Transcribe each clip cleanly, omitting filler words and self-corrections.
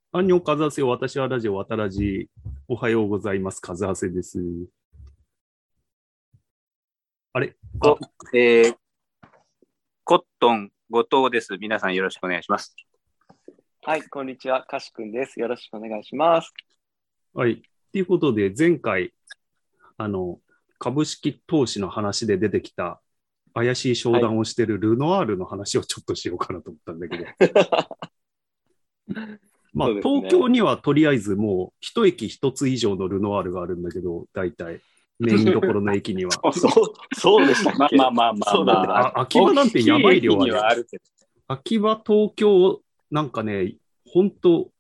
アンニョンカズハセよ、私はラジオ、わたらじ。おはようございます。カズハセです。あれあ、 えーコットン後藤です。皆さんよろしくお願いします。 はい、こんにちは。かしくんです。よろしくお願いします。 はい。ということで、前回、株式投資の話で出てきた怪しい商談をしているルノアールの話をちょっとしようかなと思ったんだけど。まあ、 そうですね東京にはとりあえずもう一駅一つ以上のルノアールがあるんだけど、大体、メインどころの駅には。 そうでしたっけ。 まあそうなんだ。 あ、秋葉なんてやばい量あるよ。 あるけど。 秋葉東京なんかね、ほんと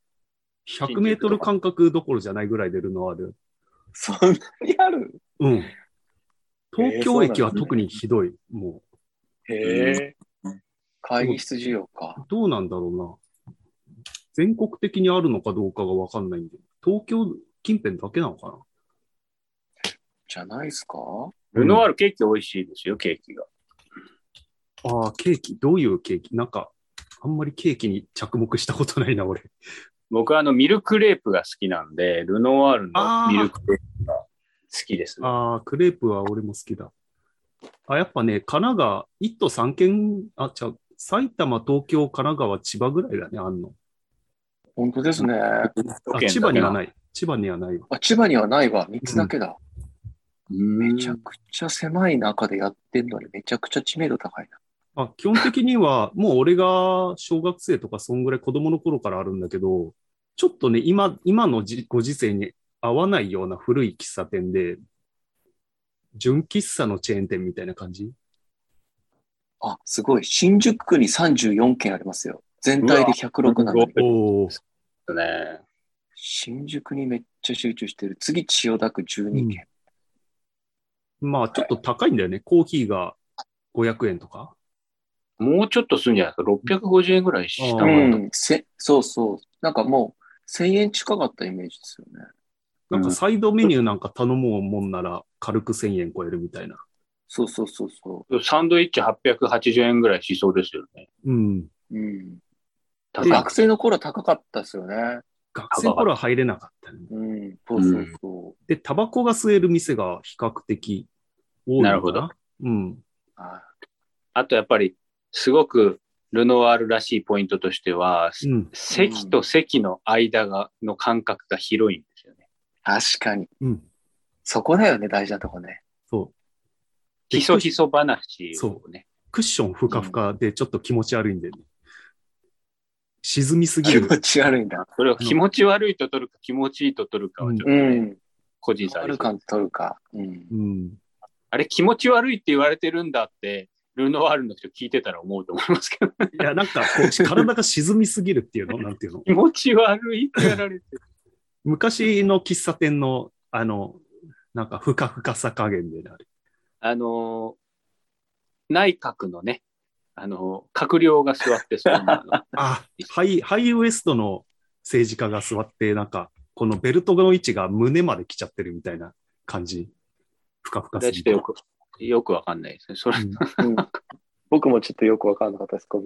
100メートル間隔どころじゃないぐらい出るのある。 そんなにある。 うん。東京駅は特にひどい。もへえ。会議室需要かう、。どうなんだろうな。全国的にあるのかどうかがわかんないんで、東京近辺だけなのかじゃないですか。 ルノワールケーキ美味しいですよ、ケーキが。 な。ああ、ケーキ。どういうケーキなんか、あんまりケーキに着目したことないな、俺。 僕はミルクレープが好きなんで、ルノワールのミルクレープが好きですね。 ああ、クレープは俺も好きだ。あ、やっぱね、神奈川、1都3県、埼玉、東京、神奈川、千葉ぐらいだね、あんの。 本当ですね。 あ、千葉にはない。千葉にはないわ。 あ、千葉にはないわ。3つだけだ。めちゃめくちゃ狭い中でやってんのにめちゃくちゃ知名度高いな。 基本的には、もう俺が小学生とかそんぐらい子供の頃からあるんだけど、ちょっとね、今のご時世に合わないような古い喫茶店で、純喫茶のチェーン店みたいな感じ。 あ、すごい。新宿区に34軒ありますよ。全体で106なんだ。 おー。 ね。 新宿にめっちゃ集中してる。次、千代田区12軒。 まあ、ちょっと高いんだよね。コーヒーが500円とか。 もうちょっとするんじゃないですか。650円ぐらいしたあーもん。 そうそう。なんかもう1000円近かったイメージですよね。 なんかサイドメニューなんか頼もうもんなら軽く1000円超えるみたいな。 そうそうそうそサンドイッチ880円ぐらいしそうですよね。 うん。 う。うん。 高い学生の頃は高かったですよね。 学生の頃は入れなかったね。 うん。そうそうそで、タバコが吸える店が比較的多いのかな。 なるほど。 うん。 う。 あとやっぱり、すごくルノワールらしいポイントとしては、席と席の間の間隔が広いんですよね。 確かに。 うん。 そこだよね、大事なとこね。 そう。 ひそひそ話をね。 クッションふかふかでちょっと気持ち悪いんでね。沈みすぎる。 気持ち悪いんだ。 それを気持ち悪いと取るか気持ちいいと取るかはちょっとね、個人差ある。 あるか取るか。 あれ気持ち悪いって言われてるんだって、ルノワールの人聞いてたら思うと思いますけど。 いや、なんかこう体が沈みすぎるっていうのなんていうの気持ち悪いってやられてる。 昔の喫茶店の、なんかふかふかさ加減である。 内閣のね、閣僚が座ってそうなハイウエストの政治家が座って、なんか、このベルトの位置が胸まで来ちゃってるみたいな感じ。ふかふかすぎて。 よくわかんないですね。それ僕もちょっとよくわかんなかったです、こ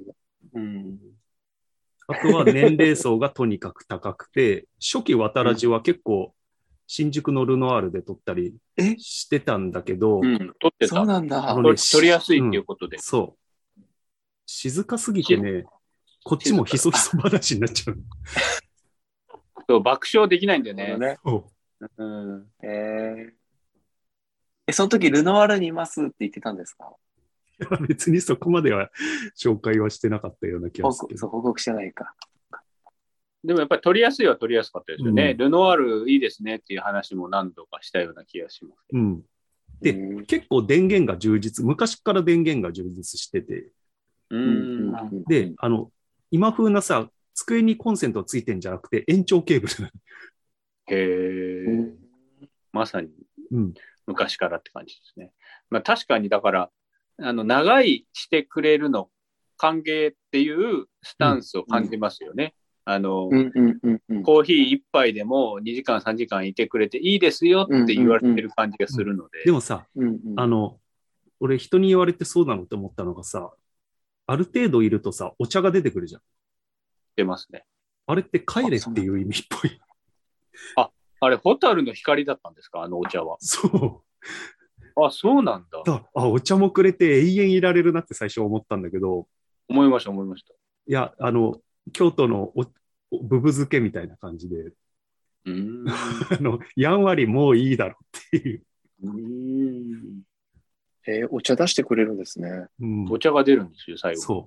あとは年齢層がとにかく高くて、初期渡らじは結構、新宿のルノワールで撮ったりしてたんだけど、 撮ってた。 そうなんだ。 撮りやすいっていうことで。 そう。静かすぎてね、こっちもひそひそ話になっちゃう。 そう、爆笑できないんだよね。 その時ルノワールにいますって言ってたんですか？ いや別にそこまでは紹介はしてなかったような気がするけど。 報告してないか。 でもやっぱり取りやすいは取りやすかったですよね。ルノワールいいですねっていう話も何度かしたような気がします。 で、結構電源が充実、昔から電源が充実してて、で、今風なさ、机にコンセントついてんじゃなくて延長ケーブル。 へえ。まさに昔からって感じですね。まあ確かにだから、長いしてくれるの歓迎っていうスタンスを感じますよね。コーヒー一杯でも2時間3時間いてくれていいですよって言われてる感じがするので。 でもさ、俺人に言われてそうなのって思ったのがさ、ある程度いるとさ、お茶が出てくるじゃん。 出ますね。 あれって帰れっていう意味っぽい。 あれ、ホタルの光だったんですか、あのお茶は。 そう。 あ、そうなんだ。 お茶もくれて永遠いられるなって最初思ったんだけど、 思いました、思いました。 いや、京都のぶぶ漬けみたいな感じで、やんわりもういいだろっていう。 お茶出してくれるんですね。 うん、 お茶が出るんですよ、最後。 そう。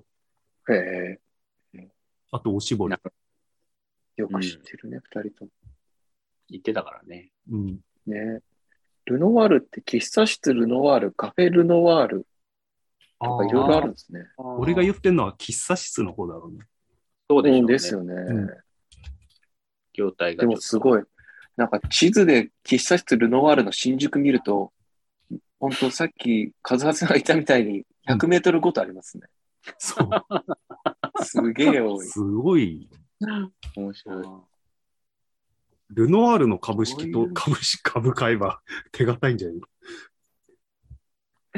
あと、おしぼり。 よく知ってるね、二人とも。 言ってたからね。 うん。 ね。ルノワールって喫茶室ルノワール、カフェルノワールとかいろいろあるんですね。 俺が言ってるのは喫茶室の方だろうね。 そうでしょうね。 ですよね。 業態が。 でもすごい。なんか地図で喫茶室ルノワールの新宿見ると、本当さっき和葉さんが言ったみたいに100メートルごとありますね。 そう。 すげえ多い。 すごい。 面白い。 ルノワールの株式と株買えば手堅いんじゃない？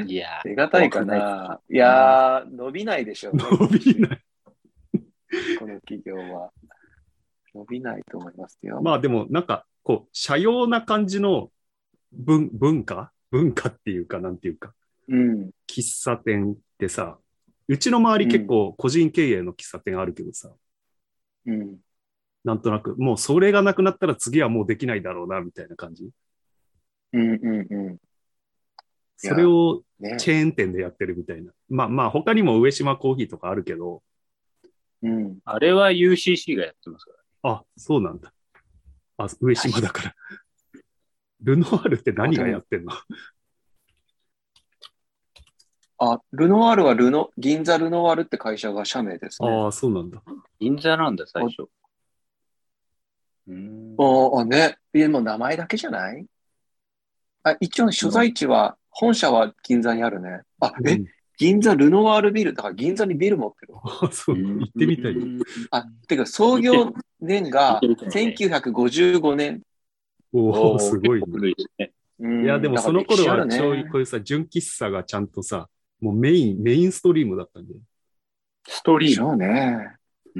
いや、 手堅いかな。いやー、伸びないでしょうね。 伸びない。 この企業は。伸びないと思いますよ。 まあでも、なんか、こう、社用な感じの文化っていうか、なんていうか。喫茶店ってさ、うちの周り結構個人経営の喫茶店あるけどさ。なんとなく、もうそれがなくなったら次はもうできないだろうな、みたいな感じ。それをチェーン店でやってるみたいな。まあ他にも上島コーヒーとかあるけど。 あれは UCC がやってますから。 あ、そうなんだ。あ、上島だから。ルノワールって何がやってんの？ ルノワールは銀座ルノワールって会社が社名ですね。 ああ、そうなんだ。 銀座なんだ、最初。 ね。でも名前だけじゃない？一応所在地は、本社は銀座にあるね。銀座ルノワールビル。だから銀座にビル持ってる。 そう、行ってみたい。 てか創業年が1955年。 おお、すごいね。いや、でもその頃はこういうさ、純喫茶がちゃんとさ、もうメインストリームだったんで。 ストリームね。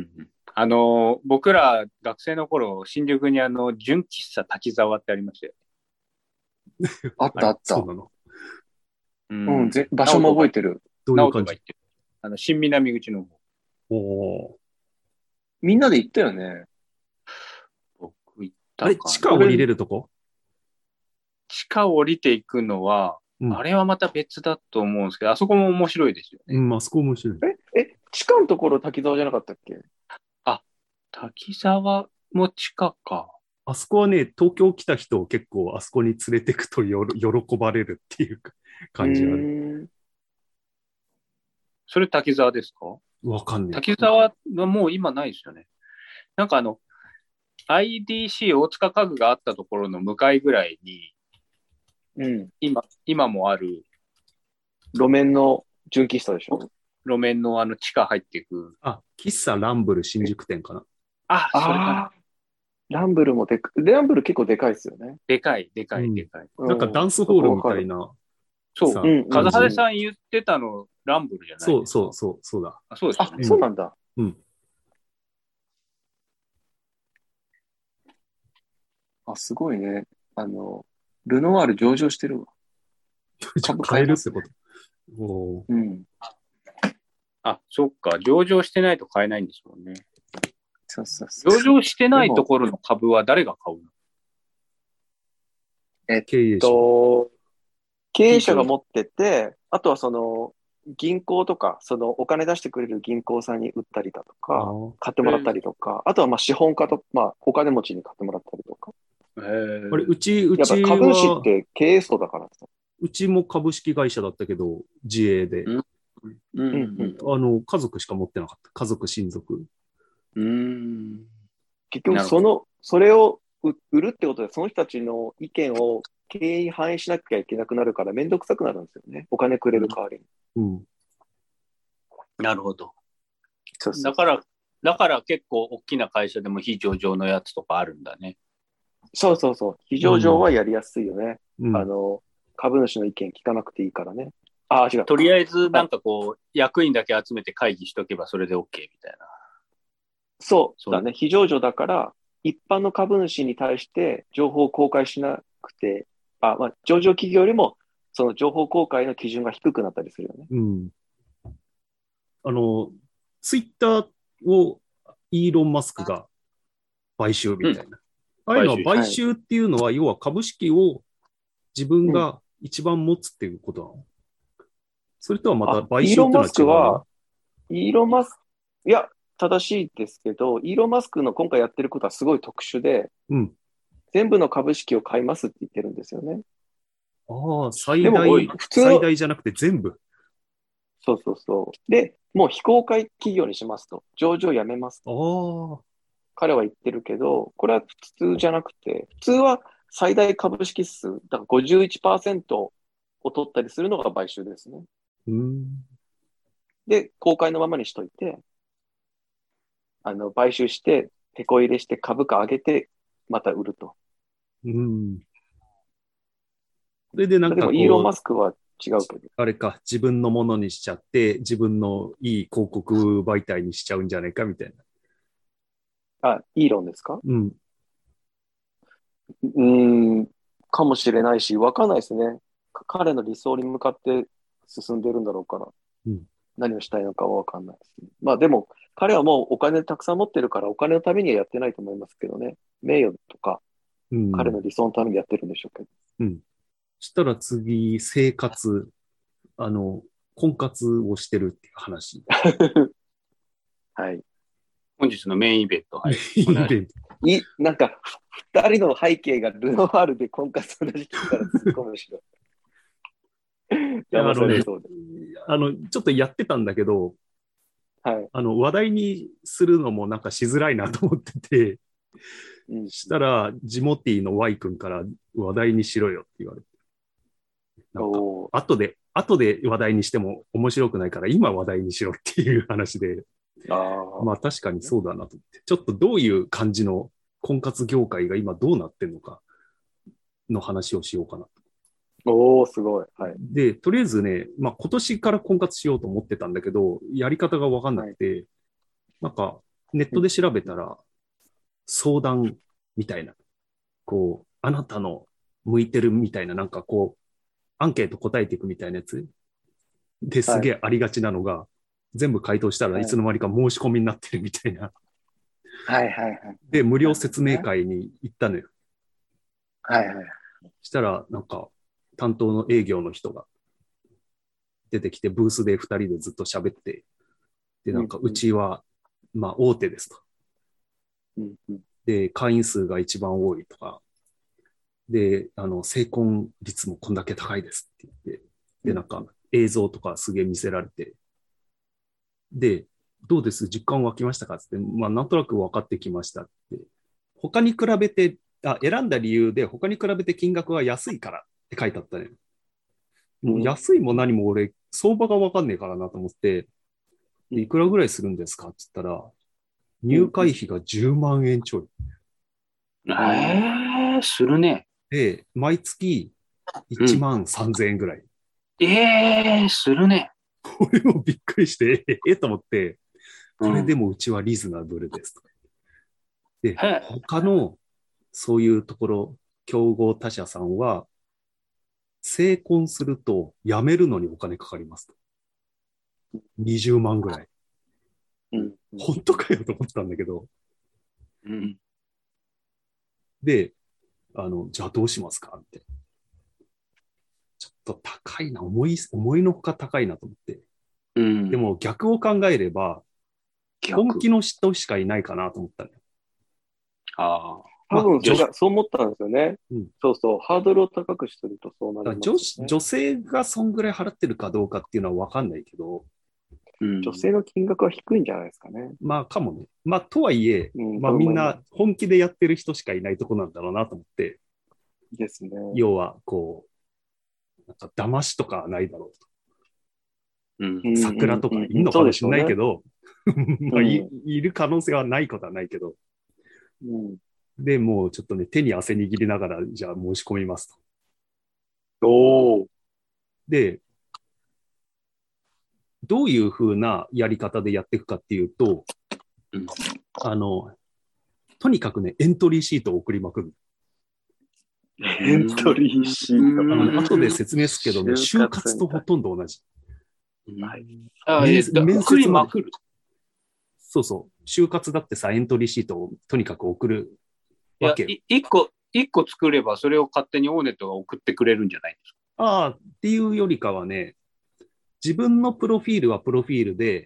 僕ら学生の頃、新宿に純喫茶滝沢ってありましたよ。 あったあった。 そうなの。 場所も覚えてる。 どういう感じ？ 新南口の方。 みんなで行ったよね。 僕行ったかな。 あれ、地下降りれるとこ？ 地下降りていくのは、あれはまた別だと思うんですけど、あそこも面白いですよね。 あそこ面白い。 地下のところ滝沢じゃなかったっけ？ 滝沢も地下か。 あそこはね、東京来た人を結構あそこに連れてくと喜ばれるっていう感じある。 それ滝沢ですか？ わかんない。 滝沢はもう今ないですよね。なんかIDC 大塚家具があったところの向かいぐらいに、今もある路面の純喫茶でしょ？ 路面の地下入っていく。 喫茶ランブル新宿店かな。 それかな。ランブル結構でかいですよね。 でかい。 なんかダンスホールみたいな。 そう。風羽さん言ってたの、ランブルじゃないですか。 そうだ。 そうですね。 そうなんだ。すごいね。ルノワール上場してるわ。 株買えるってこと？ そっか。上場してないと買えないんですもんね。 そう。 上場してないところの株は誰が買うの？ 経営者が持ってて、あとは銀行とか、お金出してくれる銀行さんに売ったりだとか、買ってもらったりとか、あとは資本家と、お金持ちに買ってもらったりとか。 うちやっぱ株主って経営層だからさ。 うちも株式会社だったけど、自営で。家族しか持ってなかった。家族、親族。 結局それを売るってことで、その人たちの意見を経営に反映しなきゃいけなくなるからめんどくさくなるんですよね。お金くれる代わりに。 なるほど。だから結構大きな会社でも非上場のやつとかあるんだね。 そう。非上場はやりやすいよね。株主の意見聞かなくていいからね。違う。 とりあえずなんか役員だけ集めて会議しとけばそれで OK みたいな。 そうだね。非上場だから、一般の株主に対して情報を公開しなくて、上場企業よりも、その情報公開の基準が低くなったりするよね。 うん。ツイッターをイーロン・マスクが買収みたいな。ああいうのは買収っていうのは、要は株式を自分が一番持つっていうことなの？それとはまた買収っていうのは違うの？ イーロン・マスク、いや、正しいですけど、イーロン・マスクの今回やってることはすごい特殊で、全部の株式を買いますって言ってるんですよね。 ああ、最大じゃなくて全部。 そう。で、もう非公開企業にしますと。上場やめますと。彼は言ってるけど、これは普通じゃなくて、普通は最大株式数、だから 51% を取ったりするのが買収ですね。で、公開のままにしといて、買収して、手こ入れして株価上げて、また売ると。 それでなんかでもイーロン・マスクは違うけど。 あれか、自分のものにしちゃって、自分のいい広告媒体にしちゃうんじゃないかみたいな。イーロンですか？ うん。 かもしれないし、わかんないですね。彼の理想に向かって進んでるんだろうから、何をしたいのかはわかんないですね。まあでも、彼はもうお金たくさん持ってるから、お金のためにはやってないと思いますけどね。名誉とか、彼の理想のためにやってるんでしょうけど。 したら次、生活、婚活をしてるっていう話。 はい。 本日のメインイベント。はい。 なんか、二人の背景がルノワールで婚活の話聞いたら突っ込むしろ。 ちょっとやってたんだけど、話題にするのもなんかしづらいなと思ってて、したら、ジモティの Y 君から話題にしろよって言われて。なんか、後で話題にしても面白くないから、今話題にしろっていう話で。まあ確かにそうだなと思って。ちょっとどういう感じの婚活業界が今どうなってんのかの話をしようかなと。すごい。はい。 で、とりあえずね、まあ今年から婚活しようと思ってたんだけど、やり方がわかんなくて、なんかネットで調べたら、相談みたいな、こう、あなたの向いてるみたいな、なんかこう、アンケート答えていくみたいなやつですげえありがちなのが、全部回答したらいつの間にか申し込みになってるみたいな。で、無料説明会に行ったのよ。したら、なんか、担当の営業の人が出てきて、ブースで2人でずっと喋って、で、なんか、うちは、まあ、大手ですと。で、会員数が一番多いとか、で、成婚率もこんだけ高いですって言って、で、なんか、映像とかすげえ見せられて、で、どうです実感湧きましたかって、まあ、なんとなく分かってきましたって。他に比べて、選んだ理由で他に比べて金額は安いからって書いてあったね。もう安いも何も俺、相場が分かんねえからなと思って、いくらぐらいするんですかって言ったら、入会費が10万円ちょい。 するね。 で、毎月1万3000円ぐらい。 するね。 これもびっくりして、と思って、これでもうちはリーズナブルですと。で、他のそういうところ、競合他社さんは、成婚すると辞めるのにお金かかりますと。20万ぐらい。本当かよと思ったんだけど。で、じゃあどうしますかって。ちょっと高いな、思いのほか高いなと思って。でも逆を考えれば、本気の人しかいないかなと思ったのよ。 多分そう思ったんですよね。そうそう。ハードルを高くしてるとそうなりますね。 女性がそんぐらい払ってるかどうかっていうのは分かんないけど、 女性の金額は低いんじゃないですかね。 まあ、かもね。まあ、とはいえ、まあみんな本気でやってる人しかいないとこなんだろうなと思って。 ですね。 要は、こう、なんか騙しとかないだろうと。桜とかいるのかもしれないけど、まあいる可能性はないことはないけど。で、もうちょっとね、手に汗握りながら、じゃあ申し込みますと。で、どういう風なやり方でやっていくかっていうと、 とにかくね、エントリーシートを送りまくる。 エントリーシート。 後で説明するけどね、就活とほとんど同じ。 面接まくる。 そうそう。就活だってさ、エントリーシートをとにかく送るわけよ。 一個作れば、それを勝手にオーネットが送ってくれるんじゃないですか。 ああ、っていうよりかはね、自分のプロフィールはプロフィールで、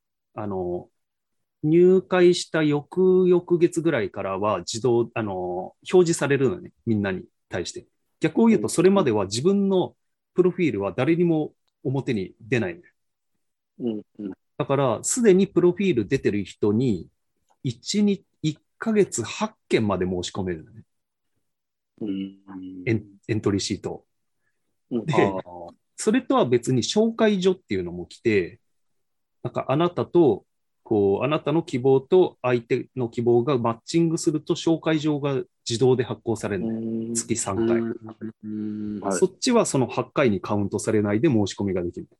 入会した翌々月ぐらいからは自動、表示されるのね、みんなに対して。逆を言うと、それまでは自分のプロフィールは誰にも表に出ないのよ。だから、すでにプロフィール出てる人に、1ヶ月8件まで申し込めるのね。エントリーシート。で、それとは別に紹介所っていうのも来て、なんかあなたと、あなたの希望と相手の希望がマッチングすると紹介状が自動で発行されるの。月3回。そっちはその8回にカウントされないで申し込みができる。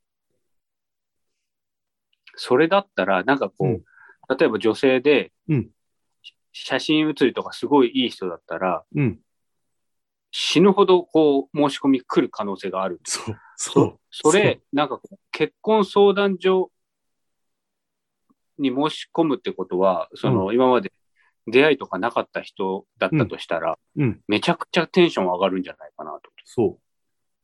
それだったら、なんか例えば女性で、写真写りとかすごいいい人だったら、死ぬほど申し込み来る可能性がある。それ、なんか結婚相談所に申し込むってことは、今まで出会いとかなかった人だったとしたら、めちゃくちゃテンション上がるんじゃないかなと。 そう。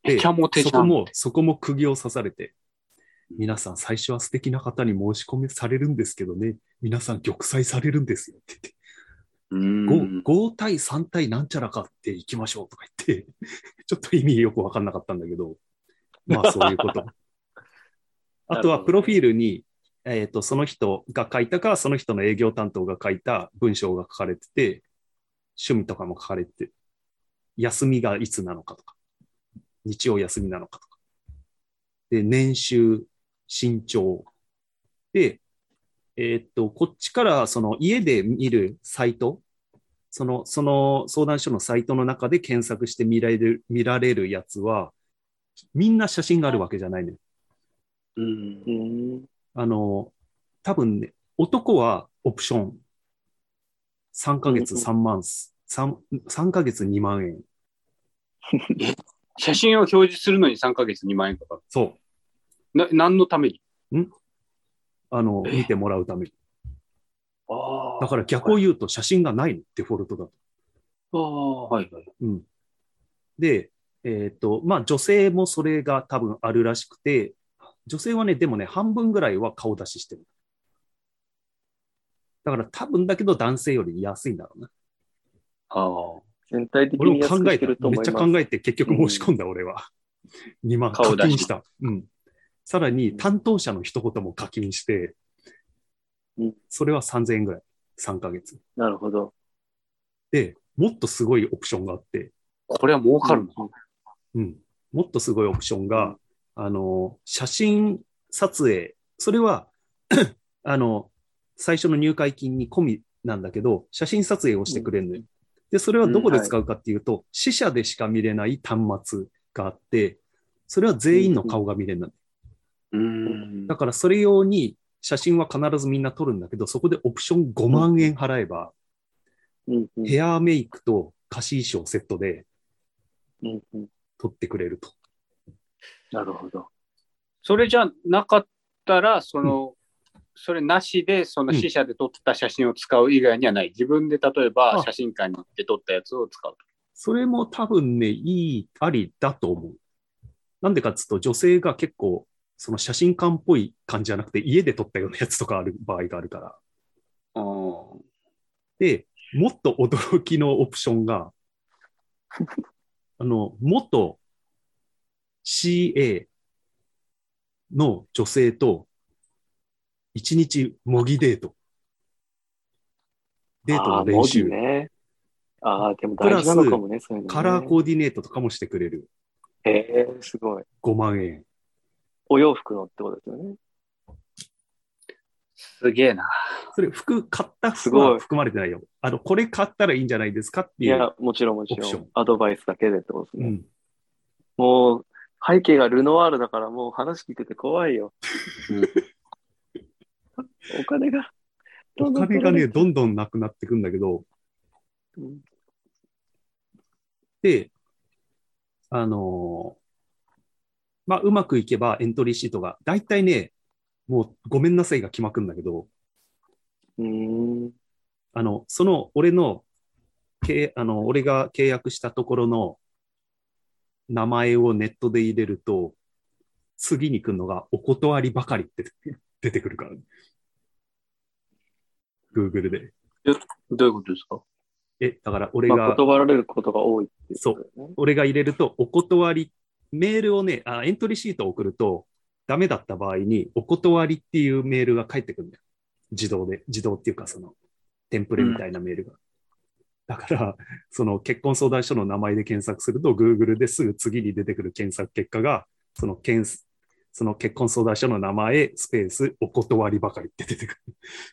めちゃモテじゃん。 そこも釘を刺されて、皆さん最初は素敵な方に申し込みされるんですけどね、皆さん玉砕されるんですよって言って。5対3対なんちゃらかっていきましょうとか言って、ちょっと意味よくわかんなかったんだけど、まあそういうこと。あとはプロフィールに、その人が書いたか、その人の営業担当が書いた文章が書かれてて、趣味とかも書かれてて、休みがいつなのかとか、日曜休みなのかとか、で、年収、身長、で、こっちからその家で見るサイト、その相談所のサイトの中で検索して見られるやつは、みんな写真があるわけじゃないね。多分ね、男はオプション、3ヶ月3万、3ヶ月2万円。 写真を表示するのに3ヶ月2万円かかる。 そう。 何のために？ 見てもらうために。だから逆を言うと写真がないの、デフォルトだと。 はいはい。 で、まあ女性もそれが多分あるらしくて、女性はね、でもね、半分ぐらいは顔出ししてる。だから多分だけど男性より安いんだろうな。 全体的に安くしてると思います。 めっちゃ考えて結局申し込んだ、俺は。2万課金した。さらに担当者の一言も課金して、それは3000円ぐらい。3ヶ月。 なるほど。 で、もっとすごいオプションがあって。 これは儲かるの？もっとすごいオプションが、写真撮影。それは最初の入会金に込みなんだけど、写真撮影をしてくれるのよ。で、それはどこで使うかっていうと、死者でしか見れない端末があって、それは全員の顔が見れるの。だからそれ用に写真は必ずみんな撮るんだけど、そこでオプション5万円払えば、ヘアメイクと貸し衣装セットで撮ってくれると。 なるほど。 それじゃなかったら、それなしで、その死者で撮った写真を使う以外にはない。自分で例えば写真館に行って撮ったやつを使うと。 それも多分ね、ありだと思う。なんでかっつうと、女性が結構、その写真館っぽい感じじゃなくて、家で撮ったようなやつとかある場合があるから。で、もっと驚きのオプションが、元 CA の女性と、1日模擬デート。デートの練習。 模擬ね。でも大事なのかもね、そういうのね。 カラーコーディネートとかもしてくれる。 すごい。 5万円。 お洋服のってことですよね。 すげえな。 それ、買った服は含まれてないよ。これ買ったらいいんじゃないですかっていう。 いや、もちろん。アドバイスだけでってことですね。もう、背景がルノワールだからもう話聞いてて怖いよ。お金がお金がね、どんどんなくなってくんだけど、で、まあ、うまくいけばエントリーシートが、だいたいね、もうごめんなさいが決まくんだけど、俺が契約したところの名前をネットで入れると、次に来るのがお断りばかりって出てくるからね。Google で。 どういうことですか？ だから俺が、 断られることが多いっていう、 そう。俺が入れると、お断り、メールをね、エントリーシートを送ると、ダメだった場合に、お断りっていうメールが返ってくるんだよ。自動っていうか、テンプレみたいなメールが。だから、結婚相談所の名前で検索すると、Google ですぐ次に出てくる検索結果が、その結婚相談所の名前、スペース、お断りばかりって出てくる。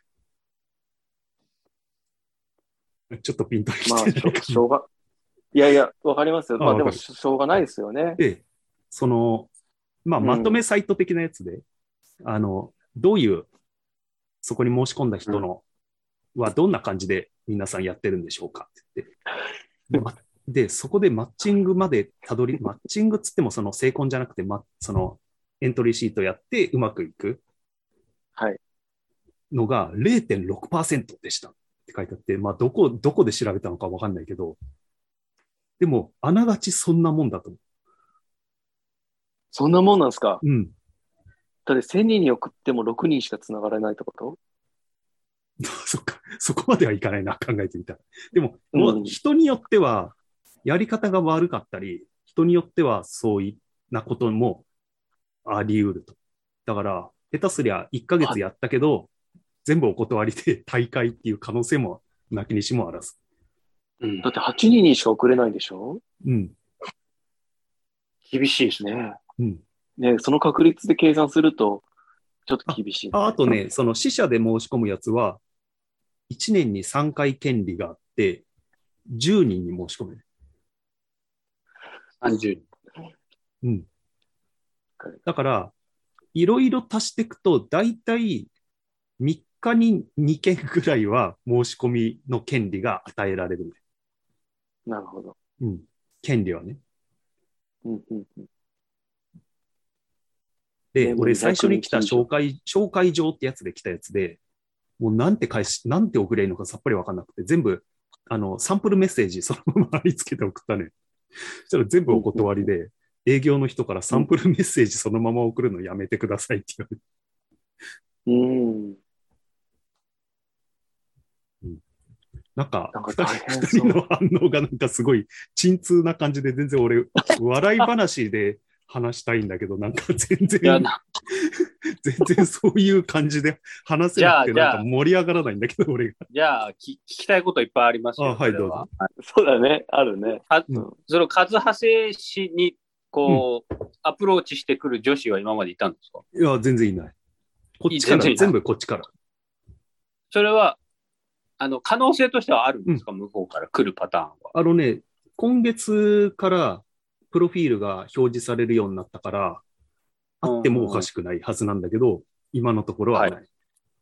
ちょっとピンときてないかな。 しょうが。いやいや、わかりますよ。でも、しょうがないですよね。 で、まとめサイト的なやつで、どういう、そこに申し込んだ人の、はどんな感じで皆さんやってるんでしょうかって言って。で、そこでマッチングまでマッチングっつっても成婚じゃなくて、エントリーシートやってうまくいくのが 0.6% でしたって書いてあって、まあ、どこで調べたのかわかんないけど、でも、あながちそんなもんだと思う。 そんなもんなんですか？ うん。 だって1000人に送っても6人しか繋がらないってこと？ そっか。そこまではいかないな、考えてみたら。でも、人によっては、やり方が悪かったり、人によってはそういなこともあり得ると。だから、下手すりゃ1ヶ月やったけど、全部お断りで大会っていう可能性もなきにしもあらず。 だって8人にしか送れないんでしょ？ 厳しいですね。 ね、その確率で計算すると、ちょっと厳しい。 あとね、死者で申し込むやつは、1年に3回権利があって、10人に申し込める。 30 人。だから、いろいろ足していくと、だいたい3日に2件ぐらいは申し込みの権利が与えられる。 なるほど。 権利はね。で、俺最初に来た紹介状ってやつで来たやつで、もうなんて送ればいいのかさっぱりわかんなくて、全部、サンプルメッセージそのまま貼り付けて送ったね。そしたら全部お断りで、営業の人からサンプルメッセージそのまま送るのやめてくださいって言われて。なんか二人の反応がなんかすごい鎮痛な感じで、全然俺、笑い話で話したいんだけど、なんか全然そういう感じで話せなくて、なんか盛り上がらないんだけど、俺が。 じゃあ、聞きたいこといっぱいありますよ。 はい、どうぞ。 そうだね、あるね。 そのカズハセ氏に、アプローチしてくる女子は今までいたんですか？ いや、全然いない。こっちから、全部こっちから。 それは、可能性としてはあるんですか？向こうから来るパターンは。 今月からプロフィールが表示されるようになったから、あってもおかしくないはずなんだけど、今のところはない。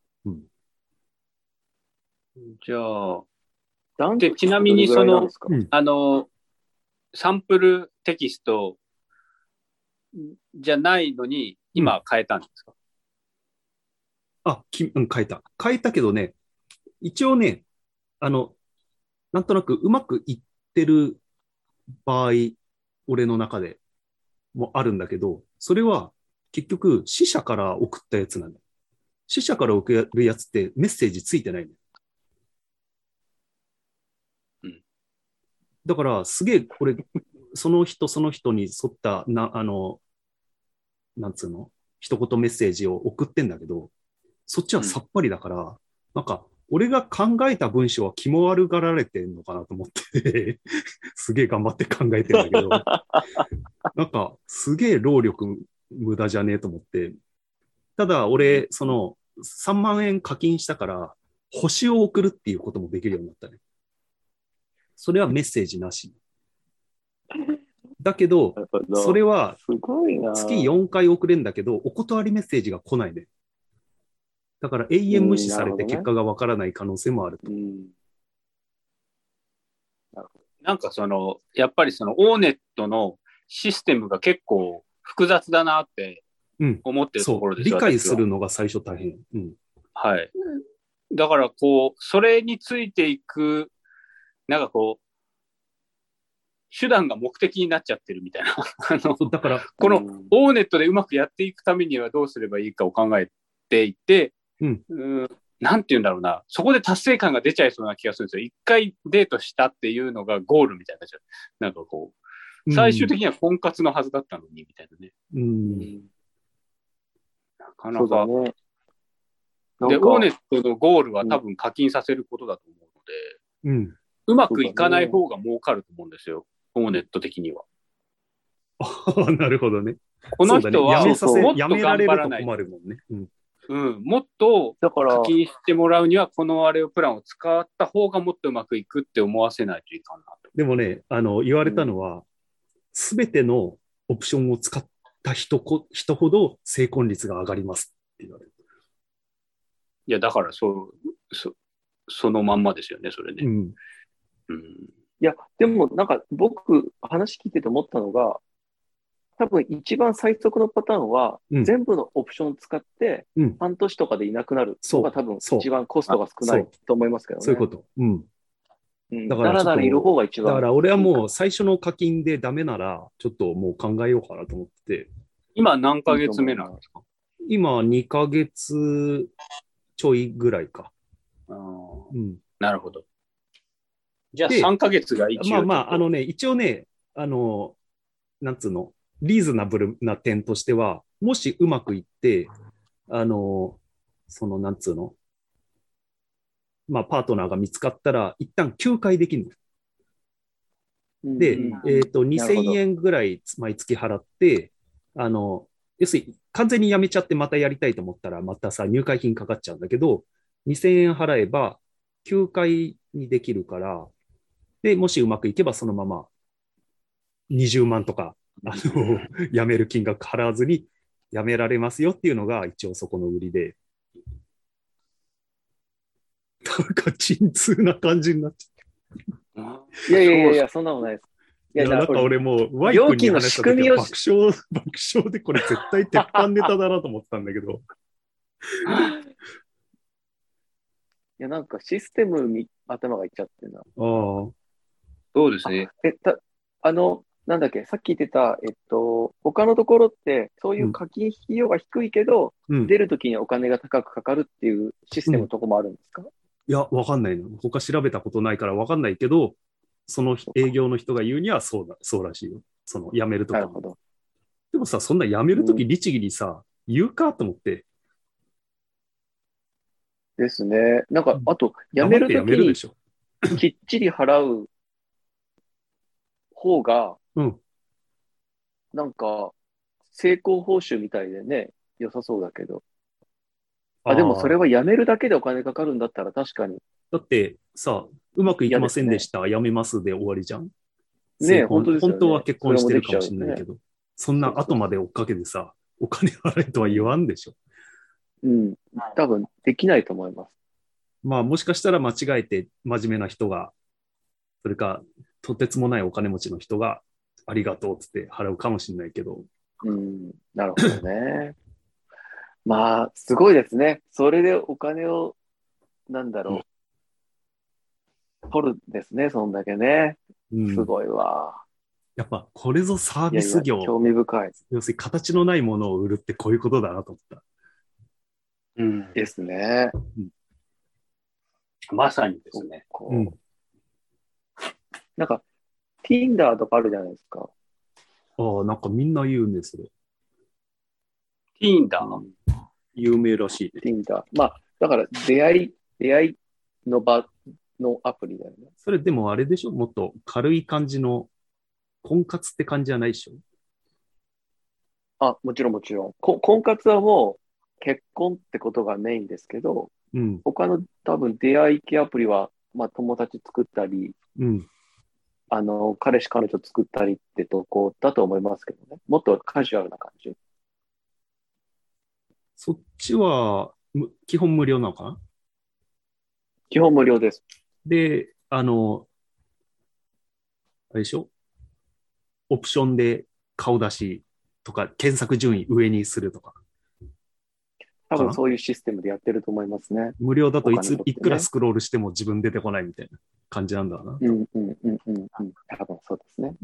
じゃあ、で、ちなみにサンプルテキストじゃないのに、今変えたんですか？ 変えた。変えたけどね、一応ね、なんとなくうまくいってる場合、俺の中でもあるんだけど、それは結局死者から送ったやつなんだ。死者から送るやつってメッセージついてないの。だからすげえ、俺、その人に沿った、なんつうの一言メッセージを送ってんだけど、そっちはさっぱりだから、なんか、俺が考えた文章は気も悪がられてんのかなと思ってすげえ頑張って考えてんだけど、なんか、すげえ労力無駄じゃねえと思って、ただ俺、3万円課金したから、星を送るっていうこともできるようになったね。それはメッセージなし。だけど、それは月4回送れるんだけど、お断りメッセージが来ないね。 だから永遠無視されて結果がわからない可能性もあると。 なんかやっぱりオーネットのシステムが結構複雑だなって思ってるところですよ、 理解するのが最初大変。 はい。だからそれについていく、なんか手段が目的になっちゃってるみたいな。 だから、 このオーネットでうまくやっていくためにはどうすればいいかを考えていて、なんて言うんだろうな、そこで達成感が出ちゃいそうな気がするんですよ。一回デートしたっていうのがゴールみたいな。なんか最終的には婚活のはずだったのに、みたいなね。なかなか。 ね、 で、オーネットのゴールは多分課金させることだと思うので、うまくいかない方が儲かると思うんですよ。オーネット的には。 なるほどね。 この人はもっとやめられると困るもんね。 もっと課金してもらうには、このプランを使った方がもっとうまくいくって思わせないといかんなと。 でもね、言われたのは、すべてのオプションを使った人ほど成婚率が上がりますって言われる。 いや、だからそのまんまですよね、それね。 いや、でもなんか僕、話聞いてて思ったのが、多分一番最速のパターンは、全部のオプションを使って、半年とかでいなくなるのが多分一番コストが少ないと思いますけどね。 そういうこと。 だからいる方が一番。 だから俺はもう最初の課金でダメなら、ちょっともう考えようかなと思ってて。 今何ヶ月目なんですか？ 今2ヶ月ちょいぐらいか。 なるほど。じゃあ3ヶ月が一応。 一応ね、なんつうの、リーズナブルな点としては、もしうまくいって、なんつうの、パートナーが見つかったら、一旦休会できるの。で、2000円ぐらい毎月払って、要するに完全にやめちゃってまたやりたいと思ったら、またさ、入会金かかっちゃうんだけど、2000円払えば、休会にできるから、で、もしうまくいけばそのまま20万とか、辞める金額払わずに辞められますよっていうのが一応そこの売りで。なんか鎮痛な感じになっちゃった。いや、そんなことないです。 いや、なんか俺もう、ワイ君に話した時は爆笑でこれ絶対鉄板ネタだなと思ってたんだけど。 いや、なんかシステムに頭がいっちゃってるな。 そうですね。 なんだっけ、さっき言ってた、他のところって、そういう課金費用が低いけど、出るときにお金が高くかかるっていうシステムのとこもあるんですか？ いや、わかんないの。他調べたことないからわかんないけど、その営業の人が言うにはそうらしいよ。辞めるとき。なるほど。でもさ、そんな辞めるとき律儀にさ、言うかと思って。 ですね。なんか、あと、辞めるときにきっちり払う方が、なんか、成功報酬みたいでね、良さそうだけど。でもそれは辞めるだけでお金かかるんだったら確かに。 だってさ、うまくいきませんでした、辞めますで終わりじゃん。 ね、本当ですよね。 本当は結婚してるかもしれないけど、そんな後まで追っかけてさ、お金払えとは言わんでしょ。 多分できないと思います。 もしかしたら間違えて真面目な人が、それか、とてつもないお金持ちの人が、ありがとうって払うかもしれないけど。 なるほどね。すごいですね。それでお金を、取るんですね、そんだけね。すごいわ。 やっぱ、これぞサービス業。 興味深い。 要するに、形のないものを売るってこういうことだなと思った。 ですね。 まさにですね。 なんか、Tinder とかあるじゃないですか。 なんかみんな言うんですよ。 Tinder？ 有名らしいね。Tinder。だから出会いの場のアプリだよね。 それでもあれでしょ？もっと軽い感じの婚活って感じじゃないでしょ？もちろんもちろん。婚活はもう結婚ってことがメインですけど、他の多分出会い系アプリは、友達作ったり、彼氏彼女作ったりってとこだと思いますけどね。もっとカジュアルな感じ。 そっちは基本無料なのかな？ 基本無料です。 で、あれでしょ？オプションで顔出しとか、検索順位上にするとか。 多分そういうシステムでやってると思いますね。 無料だといくらスクロールしても自分出てこないみたいな感じなんだな。 うんうんうんうんうん。多分そうですね。 うん。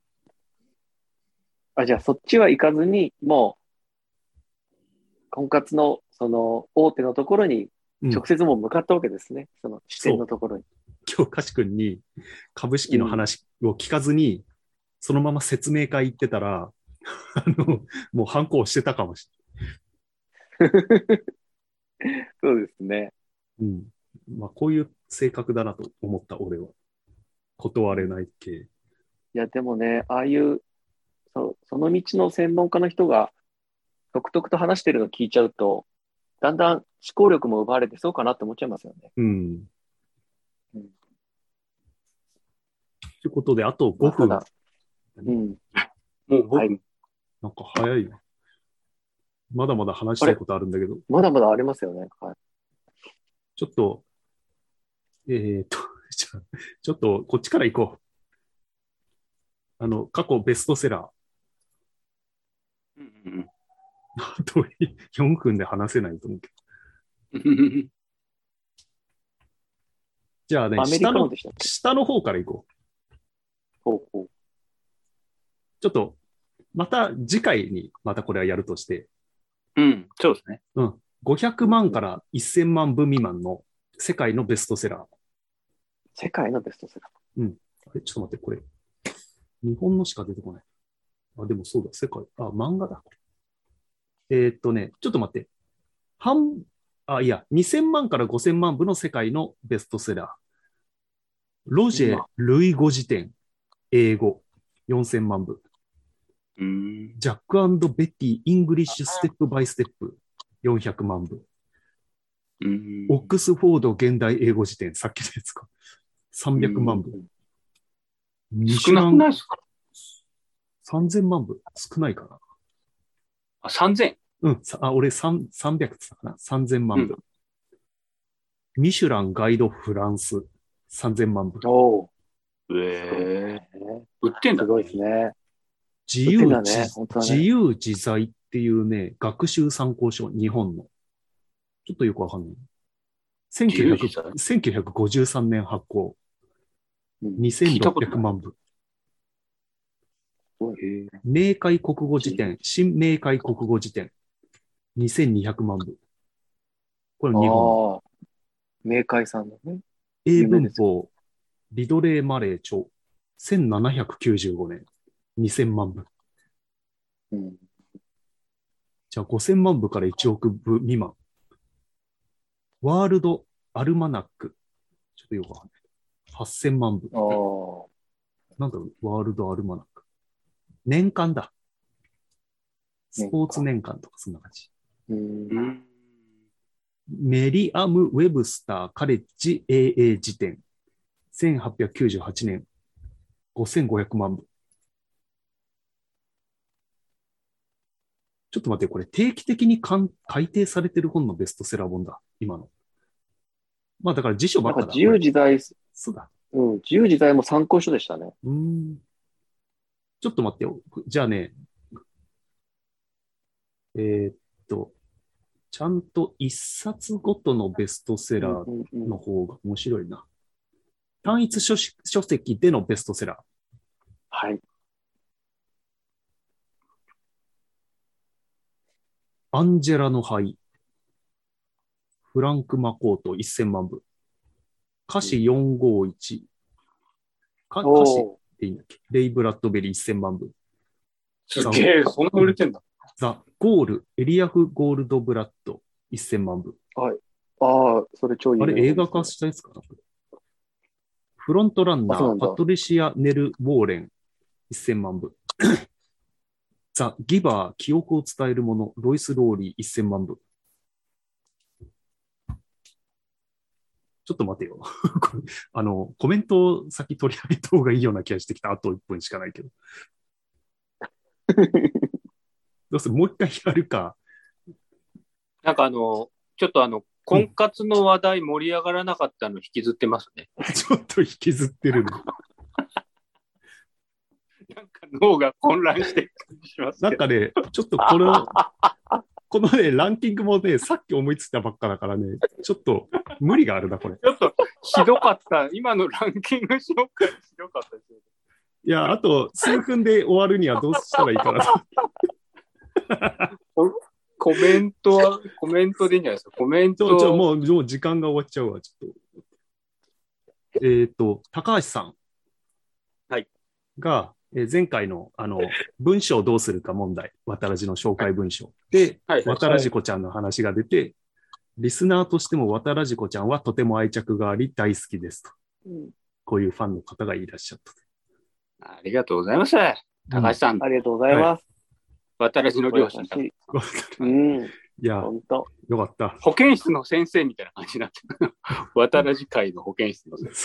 じゃあそっちは行かずに、もう、婚活のその大手のところに直接もう向かったわけですね。その支店のところに。 今日、かしくんに株式の話を聞かずに、そのまま説明会行ってたら、もう反抗してたかもしれない。そうですね。 うん。まあ、こういう性格だなと思った、俺は。断れない系。 いや、でもね、ああいう、その道の専門家の人が、独特と話してるの聞いちゃうと、だんだん思考力も奪われてそうかなって思っちゃいますよね。 うん。ということで、あと5分。 うん。 もう僕、 なんか早いな。まだまだ話したいことあるんだけど。 まだまだありますよね。はい。 ちょっと、じゃあちょっとこっちから行こう。過去ベストセラー。あと4分で話せないと思うけど。じゃあね、下の方から行こう。 ほうほう。 ちょっと、また次回にまたこれはやるとして。 うん、そうですね。 うん。500万から1000万部未満の世界のベストセラー。 世界のベストセラー。うん。あれ、ちょっと待って、これ。日本のしか出てこない。あ、でもそうだ、世界。あ、漫画だ。ちょっと待って。いや、2000万から5000万部の世界のベストセラー。ロジェ・ルイ語辞典、英語、4000万部。ジャック&ベティ、イングリッシュステップバイステップ、400万部。オックスフォード現代英語辞典、さっきのやつか。300万部。 少なくないですか？ 3000 万部。少ないかな。 あ、3000? うん。俺300って言ったかな。3000万部。ミシュランガイドフランス、3000万部。 お売ってんだ。 すごいですね。 自由自在っていうね、学習参考書、日本の。ちょっとよくわかんない。1953年発行。2600万部。明解国語辞典、新明解国語辞典。2200万部。これ日本。 明解さんのね。 英文法、リドレー・マレー著。1795年。2000万部。じゃあ5000万部から1億部未満。ワールドアルマナック。ちょっとよくわかんない。8000万部。なんだろう、ワールドアルマナック。年間だ。スポーツ年間とかそんな感じ。メリアム・ウェブスター・カレッジ AA 辞典。1898年。5500万部。ちょっと待って、これ定期的に改訂されてる本のベストセラー本だ。今の。まあだから辞書ばっかだ。 自由自在。 そうだ。 自由自在も参考書でしたね。 ちょっと待ってよ。じゃあね。ちゃんと一冊ごとのベストセラーの方が面白いな。単一書籍でのベストセラー。 はい。 アンジェラの灰。フランク・マコート1000万部。歌詞451。歌詞っていいんだっけ？レイ・ブラッドベリー1000万部。 すげえ、そんな売れてんだ。 ザ・ゴール、エリアフ・ゴールドブラッド1000万部。 はい。ああ、それ超いい、ね。 あれ映画化したやつかな？フロントランナー、パトリシア・ネル・ウォーレン1000万部。ザ・ギバー、記憶を伝えるもの、ロイス・ローリー1000万部。ちょっと待てよ。コメントを先取り上げた方がいいような気がしてきた。あと1分しかないけど。どうする？もう一回やるか。 なんかちょっと婚活の話題盛り上がらなかったの引きずってますね。 ちょっと引きずってるね。 なんか脳が混乱してる感じしますなんかね、ちょっとこのね、ランキングもね、さっき思いついたばっかだからね、ちょっと無理があるな、これ。 ちょっとひどかった。今のランキング紹介ひどかったですよ。 いや、あと数分で終わるにはどうしたらいいかなと。 コメントでいいんじゃないですか。コメント。 もう時間が終わっちゃうわ、ちょっと。高橋さん。 はい。 が、前回の、文章をどうするか問題、渡らじの紹介文章で、渡らじこちゃんの話が出て、リスナーとしても渡らじこちゃんはとても愛着があり大好きですと。こういうファンの方がいらっしゃった。 ありがとうございます。高橋さん。 ありがとうございます。 渡らじの両親。 いや、 本当よかった。 保健室の先生みたいな感じになってる。渡らじ会の保健室の先生。